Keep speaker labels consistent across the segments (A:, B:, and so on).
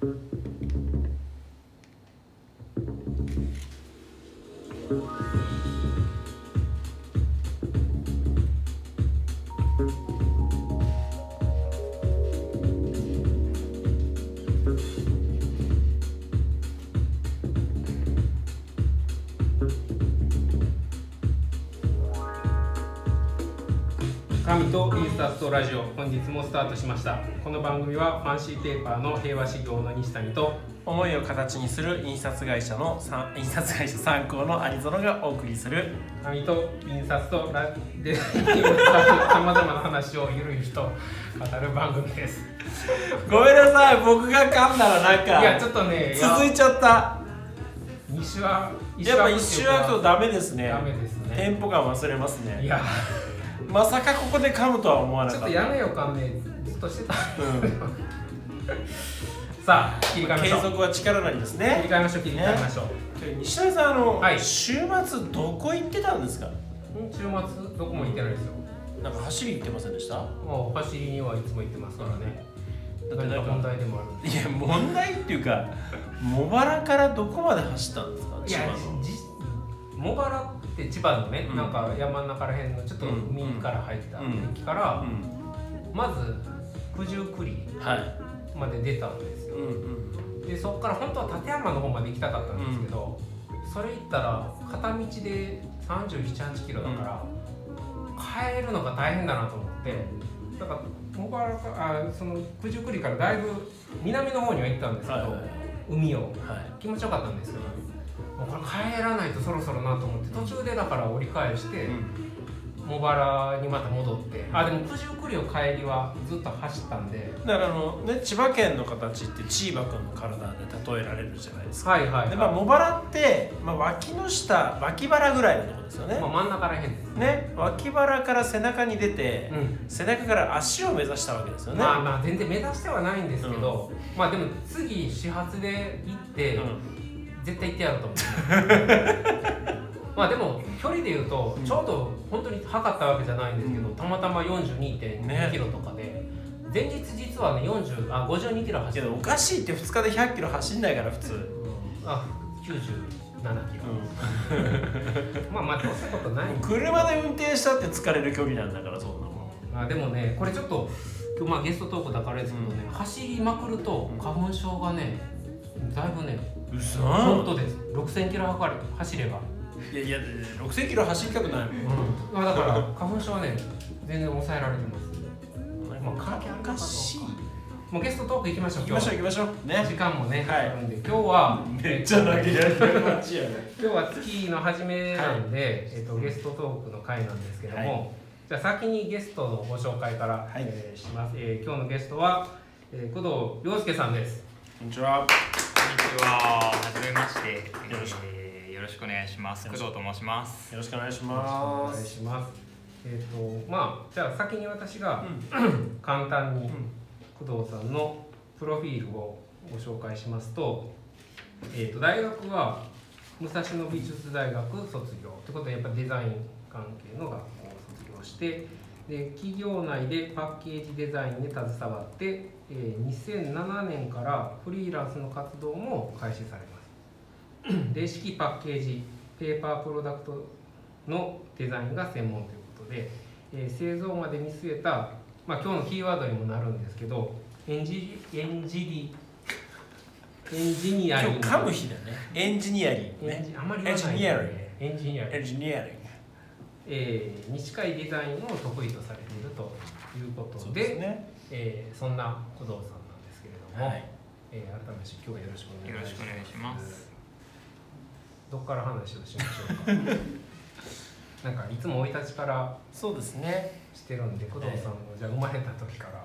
A: 紙と印刷とラジオ、本日もスタートしました。この番組はファンシーペーパーの平和修行の西谷と
B: 思いを形にする印刷会社参考の有園がお送りする
A: 紙と印刷とでさまざまな話をゆるゆると語る番組です。
B: ごめんなさい、僕が噛んだらなんか
A: いやちょっとね
B: 続いちゃった。
A: やっぱ
B: 一周空くとダメですね。
A: ダメですね。
B: テンポ感忘れますね。
A: いや
B: まさかここで噛むとは思わなかった。
A: ちょっとやめようかね、ずっとしてた。さあ切り替えましょう。
B: 継続は力なりですね。
A: 切り替えましょう。
B: 西谷さん、
A: はい、
B: 週末どこ行ってたんですか？
A: 週末どこも行ってないですよ。
B: なんか走り行ってませんでした？
A: もう走りにはいつも行ってますからね。だって問題でもある。
B: いや問題っていうか、茂原からどこまで走ったんですか？
A: いや茂原って千葉のね、なんか山の中ら辺のちょっと海から入った駅から、まず九十九里まで出たんですよ。でそこから本当は立山の方まで行きたかったんですけど、それ行ったら片道で37、8キロだから、帰るのが大変だなと思って、だから茂原からその九十九里からだいぶ南の方には行ったんですけど、海を気持ちよかったんですけど、もうこれ帰らないとそろそろなと思って途中でだから折り返して茂原にまた戻って、でも九十九里を帰りはずっと走ったんで、
B: だから千葉県の形ってチーバくんの体で例えられるじゃないですか。で茂原って、脇の下脇腹ぐらいのところですよね。
A: 真ん中らへんです
B: ね。脇腹から背中に出て、背中から足を目指したわけですよね。
A: 全然目指してはないんですけど、でも次始発で行って、絶対行ってやると思う。でも距離でいうとちょうど本当に測ったわけじゃないんですけど、たまたま 42.2 キロとかで、前日実はね52キロ走ってる。
B: おかしいって、2日で100キロ走んないから普通。
A: 97キロ。どうしたことない。
B: 車で運転したって疲れる距離なんだから、そんなもん。
A: でもね、これちょっと今日ゲストトークだからですけどね、走りまくると花粉症がねだいぶね、本当です。6000キロ走れば。
B: いや6000キロ走りたくないもん。
A: だから花粉症はね全然抑えられてます。関係あるのかどうか。もうゲストトーク行きましょう。
B: 行きましょうね。
A: 時間もねあるんで、今日は
B: めっちゃ投げやりがちやね。
A: 今日は月の初めなんで、ゲストトークの回なんですけども、じゃあ先にゲストのご紹介からします。今日のゲストは工藤亮介さんです。
B: こんにちは。
C: はじめまして。よろしくお願いします。工藤と申します。
B: よろしくお願いします。
A: じゃあ先に私が簡単に工藤さんのプロフィールをご紹介しますと、大学は武蔵野美術大学卒業ということで、やっぱデザイン関係の学校を卒業して、で企業内でパッケージデザインに携わって、2007年からフリーランスの活動も開始されます。で式パッケージペーパープロダクトのデザインが専門ということで、製造まで見据えた、今日のキーワードにもなるんですけど、エンジニアリング。
B: 今日噛む日だね。エンジニアリングね。
A: あんまり言わない。エンジニアリングに近いデザインを得意とされているということで、そんな工藤さんなんですけれども、改めまして今日はよろしくお願いします。どこから話をしましょうか。なんかいつも生い立ちから
B: そうですね
A: してるんで、工藤さんのじゃあ生まれた時から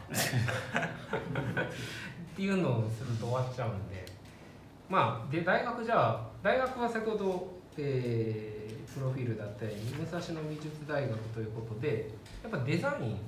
A: っていうのをすると終わっちゃうんで、で大学は先ほど、プロフィールだったり武蔵野美術大学ということで、やっぱデザインなんですよね。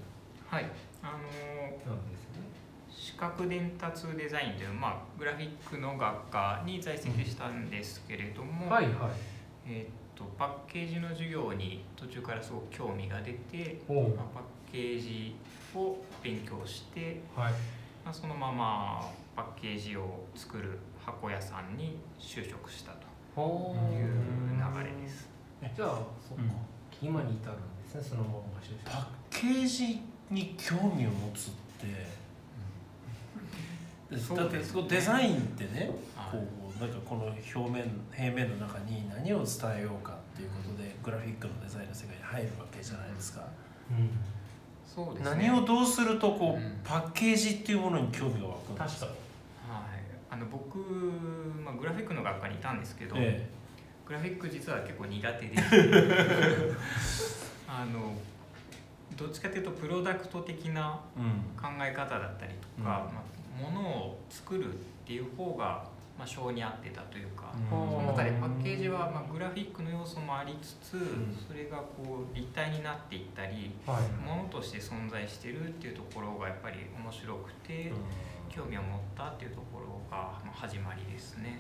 C: 視覚伝達デザインというグラフィックの学科に在籍したんですけれども、パッケージの授業に途中からすごく興味が出て、パッケージを勉強して、そのままパッケージを作る箱屋さんに就職したという流れです。
A: じゃあそっか、今に至るんですね、そのまま就職。
B: パッケージに興味を持つって、だってデザインってね、こうなんかこの平面の中に何を伝えようかっていうことでグラフィックのデザインの世界に入るわけじゃないですか。
C: そうですね、
B: 何をどうするとこう、パッケージっていうものに興味が湧くんですか。
C: 僕、グラフィックの学科にいたんですけど、グラフィック実は結構苦手でどっちかというとプロダクト的な考え方だったりとか、ものを作るっていう方が性に合ってたというか、その中でパッケージはグラフィックの要素もありつつ、それがこう立体になっていったり、ものとして存在してるっていうところがやっぱり面白くて、興味を持ったっていうところが始まりですね。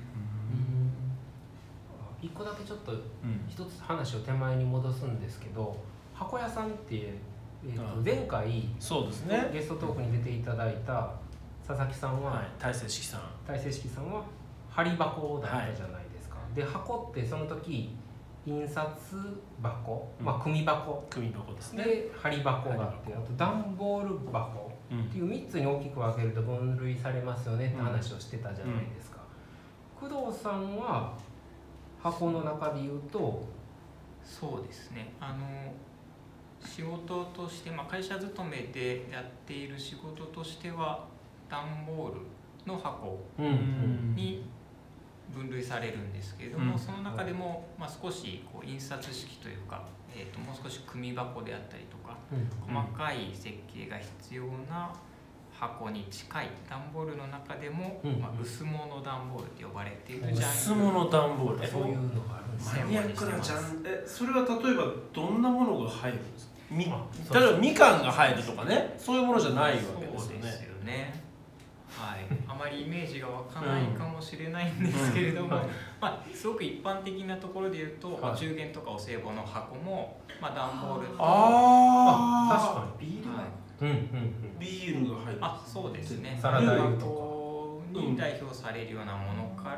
A: 一個だけちょっと一つ話を手前に戻すんですけど、箱屋さんって、前回
B: そうですね、
A: ゲストトークに出ていただいた佐々木さんは、
B: 大成式さん
A: は針箱だったじゃないですか。で箱ってその時印刷箱、組箱
B: ですね。
A: で針箱があって、あと段ボール箱っていう3つに大きく分けると分類されますよねって話をしてたじゃないですか。工藤さんは箱の中で言うと、
C: そうですね、仕事として、会社勤めでやっている仕事としては段ボールの箱に分類されるんですけれども、その中でも、少しこう印刷式というか、もう少し組箱であったりとか、細かい設計が必要な箱に近い段ボールの中でも、薄物段ボールって呼ばれているジャンル。
B: 薄物段ボール、
A: そういうのがあるんですね。
B: マニアックなジャンル。それは例えばどんなものが入るんですか。例えばみかんが入るとかね、そういうものじゃないわけですよね。
C: そうですよね。あまりイメージが湧かないかもしれないんですけれども、すごく一般的なところで言うと、お中元とかお歳暮の箱も、段ボールと、
A: 確かに
B: ビールが入る。
C: そうですね。
A: サラダ油
C: とかに代表されるようなものから、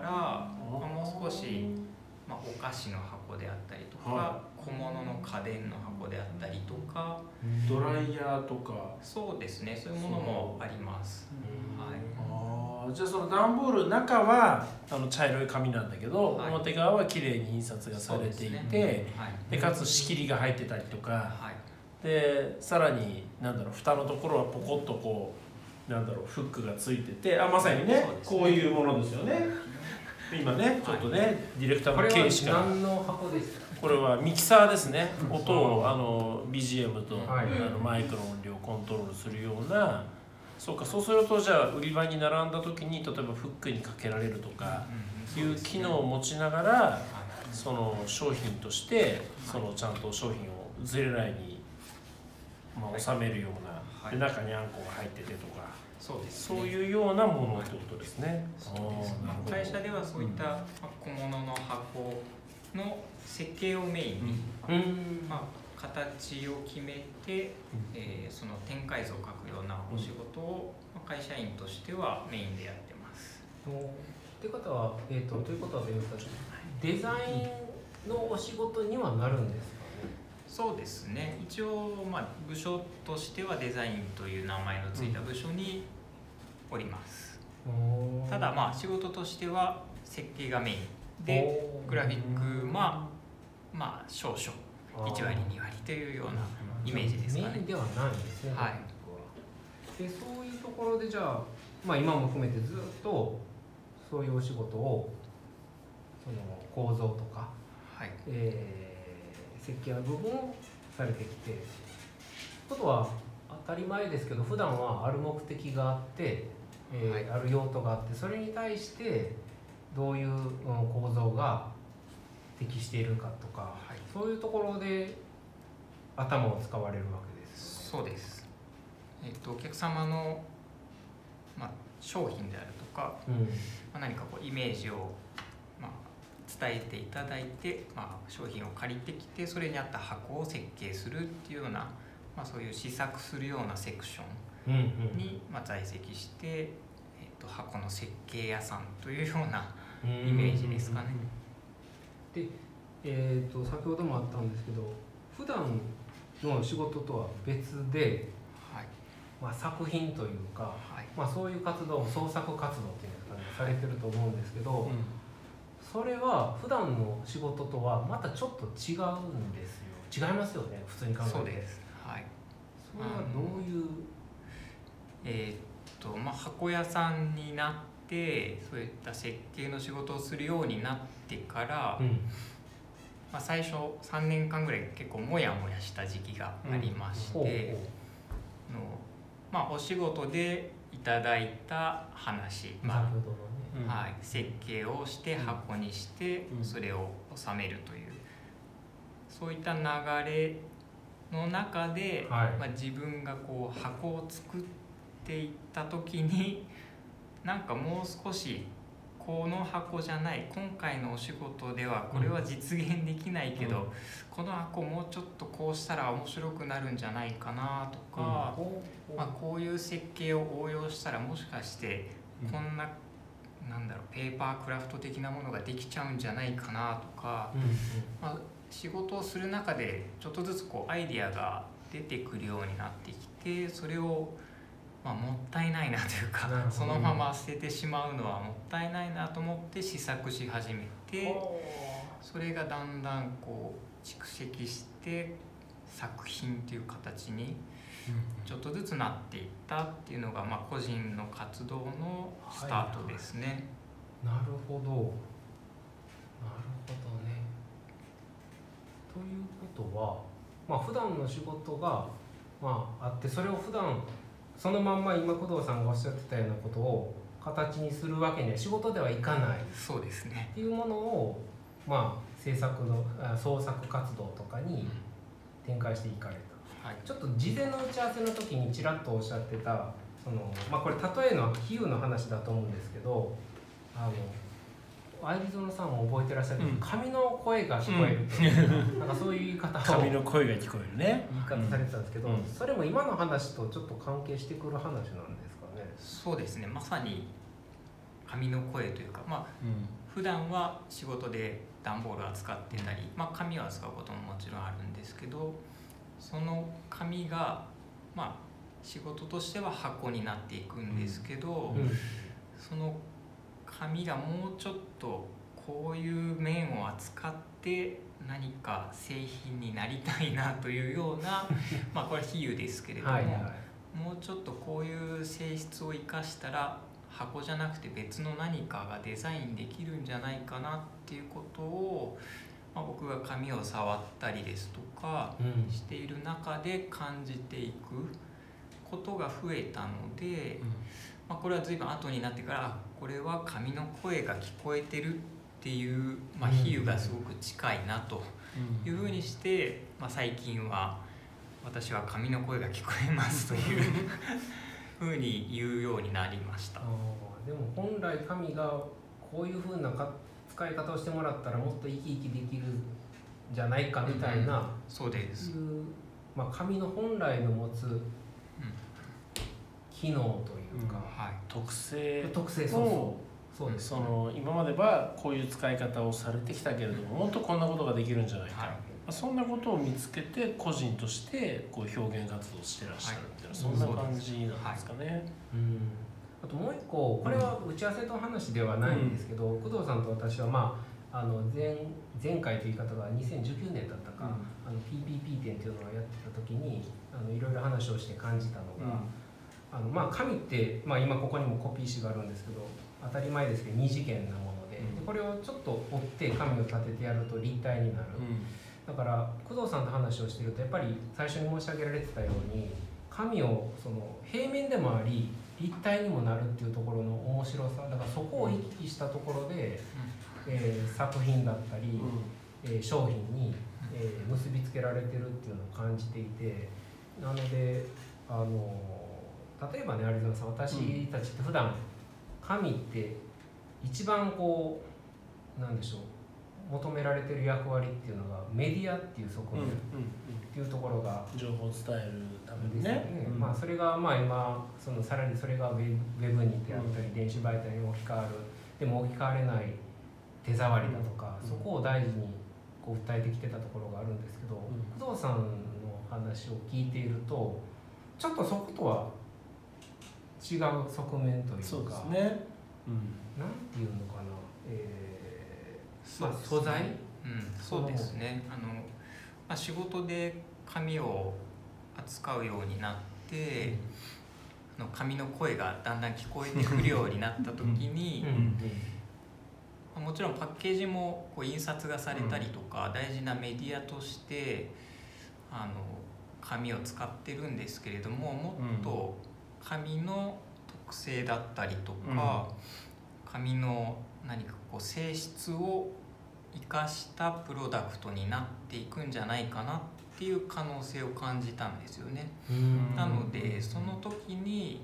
C: もう少し、お菓子の箱であったりとか、小物の家電の箱であったりとか、
B: ドライヤーとか、
C: そうですね、そういうものもあります。
B: じゃあその段ボール中は茶色い紙なんだけど、表側は綺麗に印刷がされていて、でかつ仕切りが入ってたりとか、でさらに蓋のところはポコッとこうフックがついてて、まさにねこういうものですよね。今ねちょっとねディレクターのケイシから、
A: 何の箱ですか。
B: これはミキサーですね。音をBGM とマイクの音量をコントロールするような。そうするとじゃあ売り場に並んだ時に例えばフックにかけられるとかいう機能を持ちながら、その商品としてちゃんと商品をずれないに収めるような、で中にあんこが入っててとか、そういうようなものってことですね。
C: 会社ではそういった小物の箱の設計をメインに、形を決めて、その展開図を描くようなお仕事を会社員としてはメインでやってます。
A: ということは、デザインのお仕事にはなるんですかね。
C: そうですね。一応、部署としてはデザインという名前のついた部署におります。ただ仕事としては設計がメインで、グラフィック少々1割2割というようなイメージですかね。
A: メインではないんですね。でそういうところでじゃあ、今も含めてずっとそういうお仕事を構造とか、設計の部分をされてきて、ことは当たり前ですけど、普段はある目的があって、ある用途があって、それに対してどういう構造が適しているかとか、そういうところで頭を使われるわけです。
C: そうです。お客様の、商品であるとか、何かイメージを、伝えていただいて、商品を借りてきて、それに合った箱を設計するっていうような、そういう試作するようなセクションに、在籍して、 箱の設計屋さんというようなイメージですかね。
A: で、先ほどもあったんですけど、普段の仕事とは別で、はい、作品というか、はい、そういう活動、創作活動っていうんですかね、されてると思うんですけど、それは普段の仕事とはまたちょっと違うんですよ。違いますよね、普通に考えて。
C: そうです。はい。
A: それはどういう？
C: 箱屋さんになってそういった設計の仕事をするようになってから、最初3年間ぐらい結構モヤモヤした時期がありまして、お仕事でいただいた話、はい、設計をして箱にしてそれを収めるという、そういった流れの中で、自分がこう箱を作っていった時に、なんかもう少しこの箱じゃない、今回のお仕事ではこれは実現できないけど、この箱もうちょっとこうしたら面白くなるんじゃないかなとか、こういう設計を応用したらもしかしてこんな、ペーパークラフト的なものができちゃうんじゃないかなとか、仕事をする中でちょっとずつこうアイディアが出てくるようになってきて、それをもったいないなというか、そのまま捨ててしまうのはもったいないなと思って試作し始めて、それがだんだんこう蓄積して作品という形にちょっとずつなっていったっていうのが、個人の活動のスタートですね。
A: なるほど、なるほどね。ということは、普段の仕事が、あって、それを普段そのまんま今工藤さんがおっしゃってたようなことを形にするわけには仕事ではいかない。
C: そうですね。
A: っていうものを、制作の創作活動とかに展開していかれた。ちょっと事前の打ち合わせの時にちらっとおっしゃってた、これ例えの比喩の話だと思うんですけど、アイリゾナさんも覚えてらっしゃる、紙の声が聞こえるというなんかそういう言い方を
B: 紙の声が聞こえるね、
A: 言い方されてたんですけど、それも今の話とちょっと関係してくる話なんですかね。
C: そうですね、まさに紙の声というか、普段は仕事で段ボールを扱ってたり、紙を扱うことももちろんあるんですけど、その紙が仕事としては箱になっていくんですけど、その紙がもうちょっとこういう面を扱って何か製品になりたいなというようなこれは比喩ですけれども、もうちょっとこういう性質を生かしたら箱じゃなくて別の何かがデザインできるんじゃないかなっていうことを、僕が紙を触ったりですとかしている中で感じていくことが増えたので、これは随分後になってからこれは紙の声が聞こえてるっていう、比喩がすごく近いなというふうにして、最近は私は紙の声が聞こえますというふうに言うようになりました。
A: でも本来紙がこういうふうな使い方をしてもらったらもっと生き生きできるんじゃないかみたいな、
C: そうです。
A: 紙の本来の持つ機能というか、
B: 特性
A: そうです、
B: その今まではこういう使い方をされてきたけれども、もっとこんなことができるんじゃないか、そんなことを見つけて個人としてこう表現活動してらっしゃるみたいな、そんな感じなんですかね。
A: あともう一個、これは打ち合わせの話ではないんですけど、工藤さんと私は前回という言い方が2019年だったか、PPP 展っていうのをやってた時にいろいろ話をして感じたのが、紙って、今ここにもコピー紙があるんですけど、当たり前ですけど二次元なもので、これをちょっと折って紙を立ててやると立体になる。だから工藤さんと話をしてると、やっぱり最初に申し上げられてたように、紙を平面でもあり立体にもなるっていうところの面白さ、だからそこを意識したところで、作品だったり、商品に、結びつけられてるっていうのを感じていて、なので例えばね、有園さん、私たちって普段紙って一番なんでしょ求められてる役割っていうのがメディアっていう側面っていうところが
B: 情報を伝えるためにね。
A: まあそれがまあ今さらにそれがウェブにであったり電子媒体に置き換わるでも置き換われない手触りだとか、そこを大事にこう訴えてきてたところがあるんですけど、工藤さんの話を聞いているとちょっとそことは違う側面というか、
B: そうですね、
A: なんていうのかな、まあ、素材、
C: そうですね。仕事で紙を扱うようになって、紙の声がだんだん聞こえてくるようになった時に、もちろんパッケージもこう印刷がされたりとか、大事なメディアとして紙を使ってるんですけれども、もっと紙の特性だったりとか、紙の何かこう性質を生かしたプロダクトになっていくんじゃないかなっていう可能性を感じたんですよね。なのでその時に、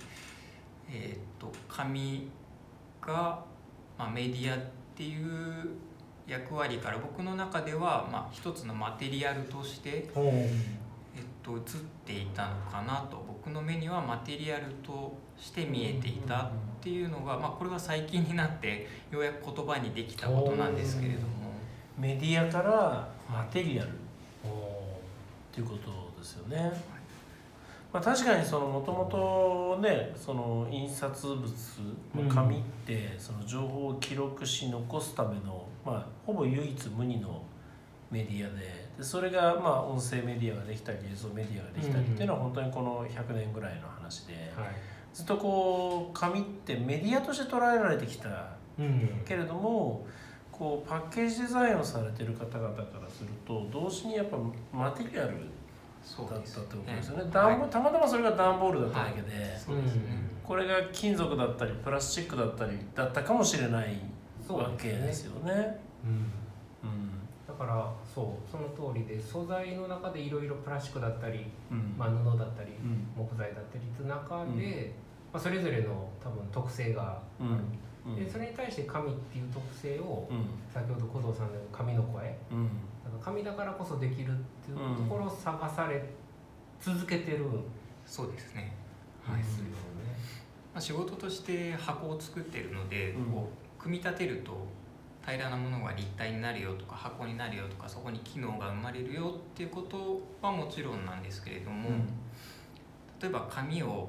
C: 紙が、メディアっていう役割から僕の中では、一つのマテリアルとして、映っていたのかなと、僕の目にはマテリアルとして見えていたっていうのが、これは最近になってようやく言葉にできたことなんですけれども、
B: メディアからマテリアルっていうことですよね。確かにもともとね、その印刷物紙ってその情報を記録し残すための、ほぼ唯一無二のメディアで、それが音声メディアができたり映像メディアができたりっていうのは本当にこの100年ぐらいの話で、ずっとこう紙ってメディアとして捉えられてきたけれども、こうパッケージデザインをされてる方々からすると同時にやっぱマテリアルだったってことですよね。たまたまそれが段ボールだっただけで、これが金属だったりプラスチックだったりだったかもしれないわけですよね。
A: だからその通りで、素材の中でいろいろプラスチックだったり、布だったり、木材だったりという中で、それぞれの多分特性がある、でそれに対して紙っていう特性を、先ほど工藤さんの紙の声、紙だからこそできるっていうところを探され続けてる。
C: そうですね。
A: ですよね。
C: 仕事として箱を作っているので、こう組み立てると平らなものが立体になるよとか箱になるよとか、そこに機能が生まれるよっていうことはもちろんなんですけれども、例えば紙を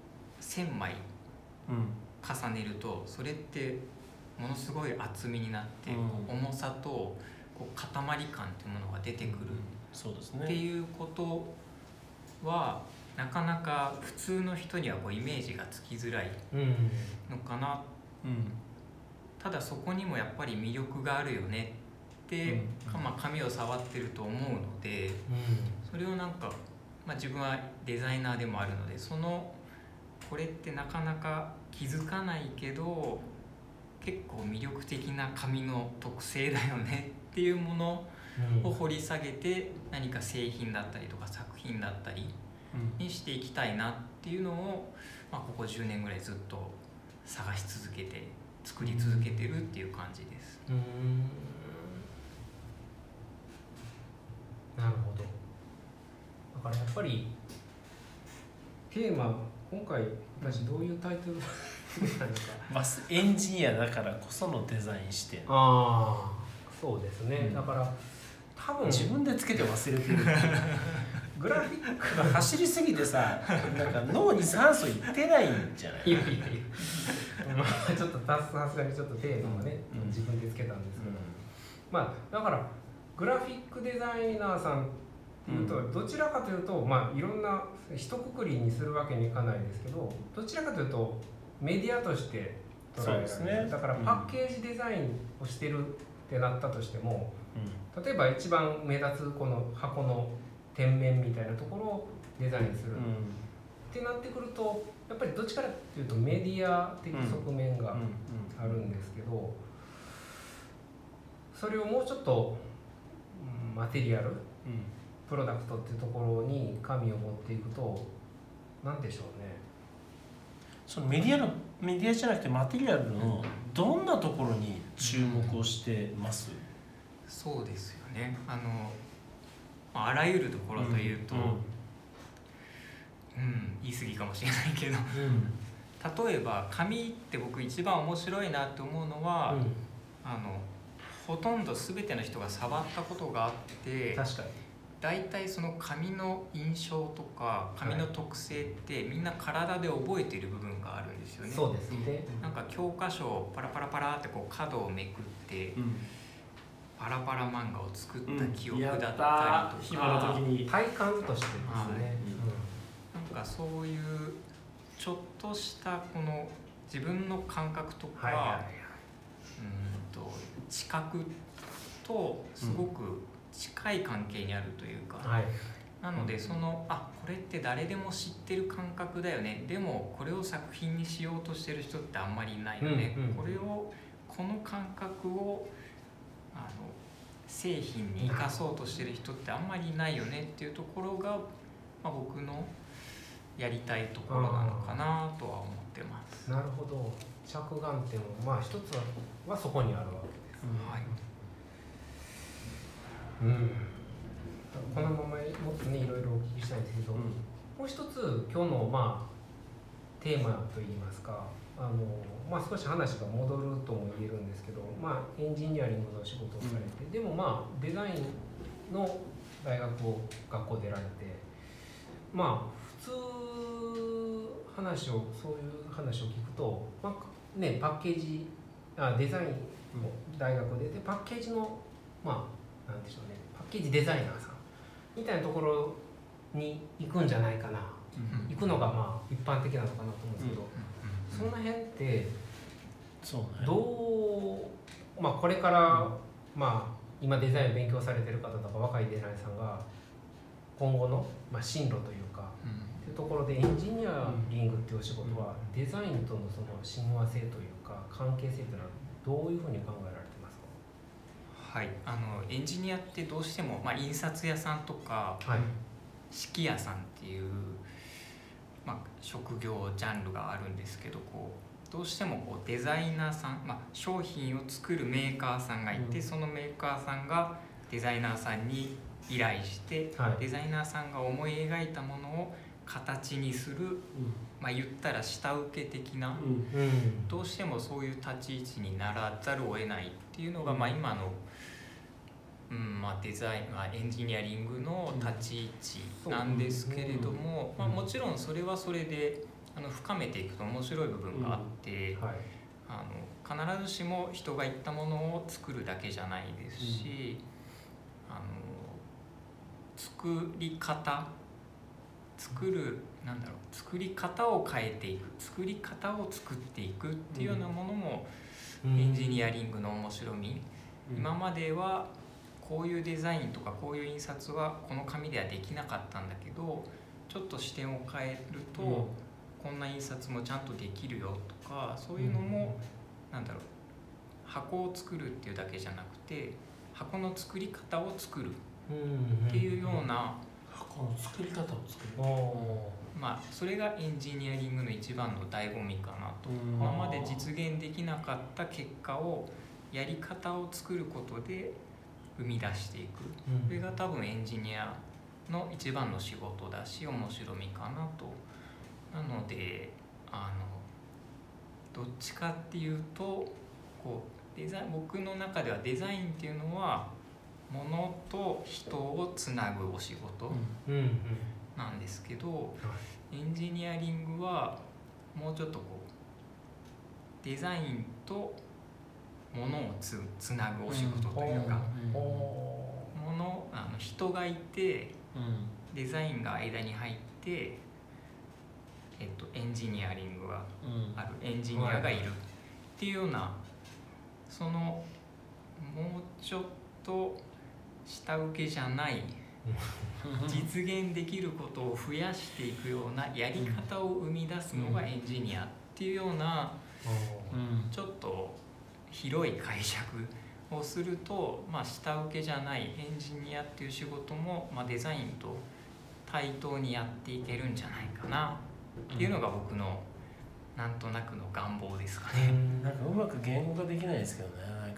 C: 1000枚重ねると、それってものすごい厚みになって、重さとこう塊感っていうものが出てくるっていうことは、なかなか普通の人にはこうイメージがつきづらいのかな。ただそこにもやっぱり魅力があるよねって、紙を触ってると思うので、それをなんか、自分はデザイナーでもあるので、これってなかなか気づかないけど結構魅力的な紙の特性だよねっていうものを掘り下げて、何か製品だったりとか作品だったりにしていきたいなっていうのを、ここ10年ぐらいずっと探し続けて作り続けてるっていう感じです。
A: なるほど。だからやっぱりテーマ、今回私どういうタイトルなのか
B: エンジニアだからこそのデザイン視点。
A: そうですね。だから多分
B: 自分でつけて忘れてる
A: グラフィックが
B: 走りすぎてさ、なんか脳に酸素いってないんじゃない？
A: いやちょっとさすがにちょっとテーマはね、自分でつけたんですけど、だからグラフィックデザイナーさんっていうと、どちらかというと、いろんな一括りにするわけにいかないですけど、どちらかというとメディアとして捉えられる。だからパッケージデザインをしてるってなったとしても、例えば一番目立つこの箱の店面みたいなところをデザインするってなってくると、やっぱりどっちかというとメディア的側面があるんですけど、それをもうちょっとマテリアル、プロダクトっていうところに紙を持っていくと、なんでしょうね、
B: そのメディアじゃなくてマテリアルのどんなところに注目をしてます？
C: そうですよね。あらゆるところというと、言い過ぎかもしれないけど、例えば紙って僕一番面白いなって思うのは、ほとんど全ての人が触ったことがあって、
A: 確かに
C: だいたいその紙の印象とか紙の特性ってみんな体で覚えている部分があるんですよね。
A: そうですね。
C: なんか教科書をパラパラパラってこう角をめくって、パラパラ漫画を作った記憶だったりとか、
B: 暇の時に
A: 体感としてですね、
C: なんかそういうちょっとしたこの自分の感覚とか、知覚とすごく近い関係にあるというか、なのでこれって誰でも知ってる感覚だよね、でもこれを作品にしようとしてる人ってあんまりいないよね、この感覚を製品に生かそうとしてる人ってあんまりいないよねっていうところが、僕のやりたいところなのかなとは思ってます。
A: なるほど。着眼点も一つはそこにあるわけです。このままもっとねいろいろお聞きしたいんですけど、もう一つ今日のテーマといいますか、少し話が戻るとも言えるんですけど、エンジニアリングの仕事をされて、でもデザインの学校出られて、普通そういう話を聞くと、パッケージデザインの大学でパッケージのなんでしょうね、パッケージデザイナーさんみたいなところに行くんじゃないかな、行くのが一般的なのかなと思うんですけど、その辺ってどう、これから今デザインを勉強されてる方とか若いデザイナーさんが今後の進路というか、っていうところでエンジニアリングっていうお仕事はデザインとのその親和性というか関係性というのはどういうふうに考えられてますか？
C: はい、エンジニアってどうしても、印刷屋さんとか、式屋さんっていう、職業ジャンルがあるんですけど、どうしてもデザイナーさん、商品を作るメーカーさんがいて、そのメーカーさんがデザイナーさんに依頼して、デザイナーさんが思い描いたものを形にする、言ったら下請け的な、どうしてもそういう立ち位置にならざるを得ないっていうのが、今の、デザイン、エンジニアリングの立ち位置なんですけれども、もちろんそれはそれで深めていくと面白い部分があって、必ずしも人が言ったものを作るだけじゃないですし、作り方を変えていく、作り方を作っていくっていうようなものもエンジニアリングの面白み、今まではこういうデザインとかこういう印刷はこの紙ではできなかったんだけど、ちょっと視点を変えるとこんな印刷もちゃんとできるよとか、そういうのも箱を作るっていうだけじゃなくて箱の作り方を作るっていうような、
B: 箱の作り方を作る、
C: それがエンジニアリングの一番の醍醐味かなと。今まで実現できなかった結果をやり方を作ることで生み出していく、それが多分エンジニアの一番の仕事だし面白みかなと。なのでどっちかっていうと僕の中ではデザインっていうのは物と人をつなぐお仕事なんですけど、エンジニアリングはもうちょっとデザインと物をつなぐお仕事というか、人がいてデザインが間に入って、エンジニアリングがある、エンジニアがいるっていうような、そのもうちょっと下請けじゃない実現できることを増やしていくようなやり方を生み出すのがエンジニアっていうような、ちょっと広い解釈をすると、下請けじゃないエンジニアっていう仕事も、デザインと対等にやっていけるんじゃないかなっていうのが僕のなんとなくの願望ですかね。
B: なんかうまく言語化できないですけどね。なんか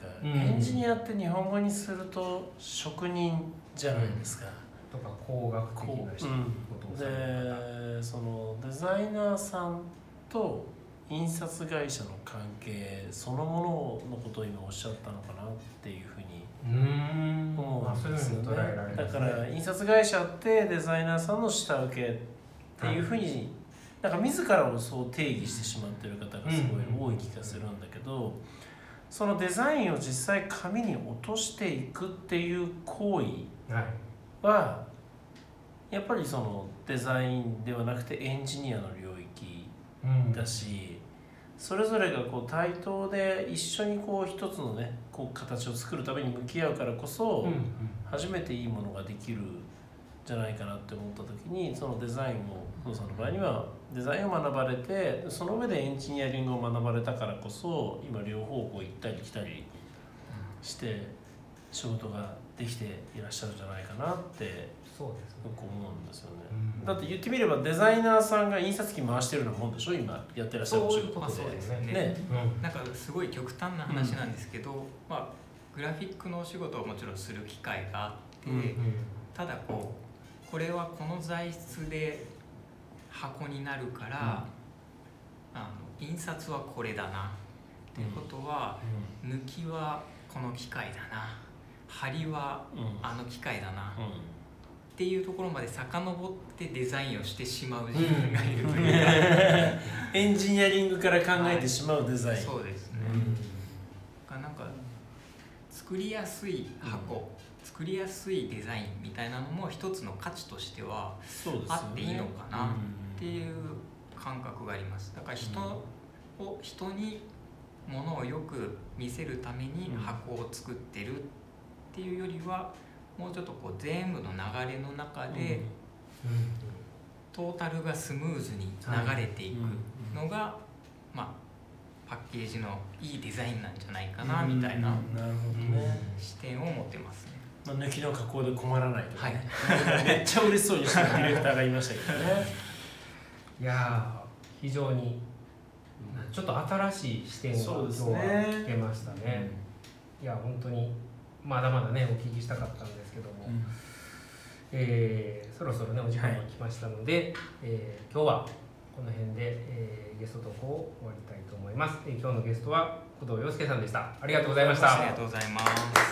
B: か、エンジニアって日本語にすると職人じゃないですか、
A: とか工学的な仕事をされる方、
B: でそのデザイナーさんと印刷会社の関係そのもののことを今おっしゃったのかなっていうふうに思うんですよね。だから印刷会社ってデザイナーさんの下請けっていうふうになんか自らをそう定義してしまっている方がすごい多い気がするんだけど、そのデザインを実際紙に落としていくっていう行為はやっぱりそのデザインではなくてエンジニアの領域だし、それぞれがこう対等で一緒にこう一つのねこう形を作るために向き合うからこそ初めていいものができるんじゃないかなって思った時に、そのデザインを不動産の場合にはデザインを学ばれてその上でエンジニアリングを学ばれたからこそ今両方こう行ったり来たりして仕事ができていらっしゃるんじゃないかなって思うんですよね。だって言ってみればデザイナーさんが印刷機回してるようなもんでしょ今やってらっしゃるお仕事で。
C: そうですね。なんかすごい極端な話なんですけど、グラフィックのお仕事はもちろんする機会があって、ただこれはこの材質で箱になるから、印刷はこれだなっていうことは、抜きはこの機械だな、貼りはあの機械だな、っていうところまで遡ってデザインをしてしまう自分がいるというか
B: エンジニアリングから考えてしまうデザイン、
C: そうですね、なんか作りやすい箱、作りやすいデザインみたいなのも一つの価値としてはあっていいのかなっていう感覚があります。だから人に物をよく見せるために箱を作ってるっていうよりは、もうちょっとこう全部の流れの中でトータルがスムーズに流れていくのが、パッケージのいいデザインなんじゃないかなみたいな視点を持ってますね。
B: 抜きの加工で困らないとかね、めっちゃ嬉しそうにしてるディレクターがいましたけどね。
A: いや非常にちょっと新しい視点が今日は聞けましたね。いや本当にまだまだねお聞きしたかったんですけども、そろそろねお時間が来ましたので、今日はこの辺で、ゲストトークを終わりたいと思います。今日のゲストは工藤陽介さんでした。ありがとうございました。
C: ありがとうございます。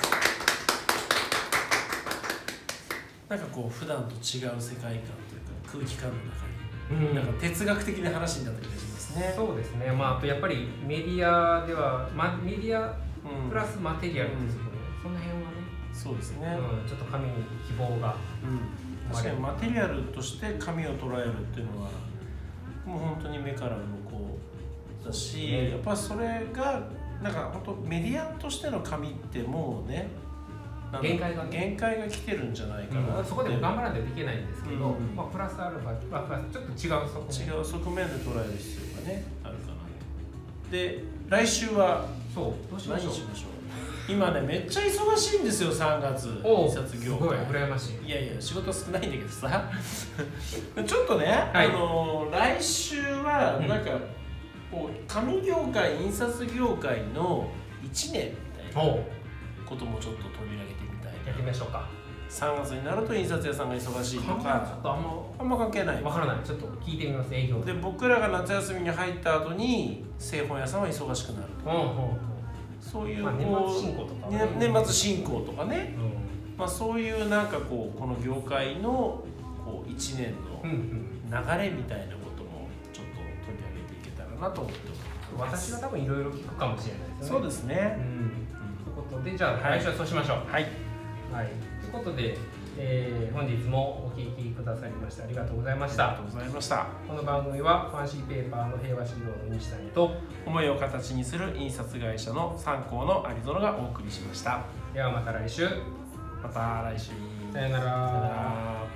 B: なんかこう普段と違う世界観というか空気感の中に、なんか哲学的な話になった気がしますね。
A: そうですね。あとやっぱりメディアでは、メディアプラスマテリアルですよね。その辺はね。
B: そうですね。
A: ちょっと紙に希望が。
B: 確かにマテリアルとして紙を捉えるっていうのはもう本当に目から鱗だし、やっぱそれがなんか本当メディアとしての紙ってもうね。限界が来てるんじゃないかな、
A: そこでも頑張らないといけないんですけど、プラスアルファ、ちょっと違う
B: 側面で捉える必要がねあるかな。で来週は
A: どうしましょう。
B: 今ねめっちゃ忙しいんですよ3月印刷業界。
A: すごい羨ましい。
B: いや仕事少ないんだけどさちょっとね、来週はなんかこう紙業界印刷業界の1年みたいなこともちょっと取り上げてみたい。
A: やってみましょうか。
B: 3月になると印刷屋さんが忙しいとか、
A: ちょっと
B: あんま関係ない。
A: わからない。ちょっと聞いてみます。営業
B: で僕らが夏休みに入った後に製本屋さんは忙しくなると。そういう
A: 年末進行とか
B: 年末進行とかね。そういうなんかこの業界のこう1年の流れみたいなこともちょっと取り上げていけたらなと思ってます。
A: 私が多分いろいろ聞くかもしれないですね。
B: そうですね。
A: ということでじゃあ来週はそうしましょう。はい。ということで、本日もお聞きくださいましてありがとうございました。
B: ありがとうございました。
A: この番組はファンシーペーパーの平和資料の西谷と
B: 思いを形にする印刷会社の三幸の有園がお送りしました。
A: ではまた来週。
B: また来週。
A: さよなら。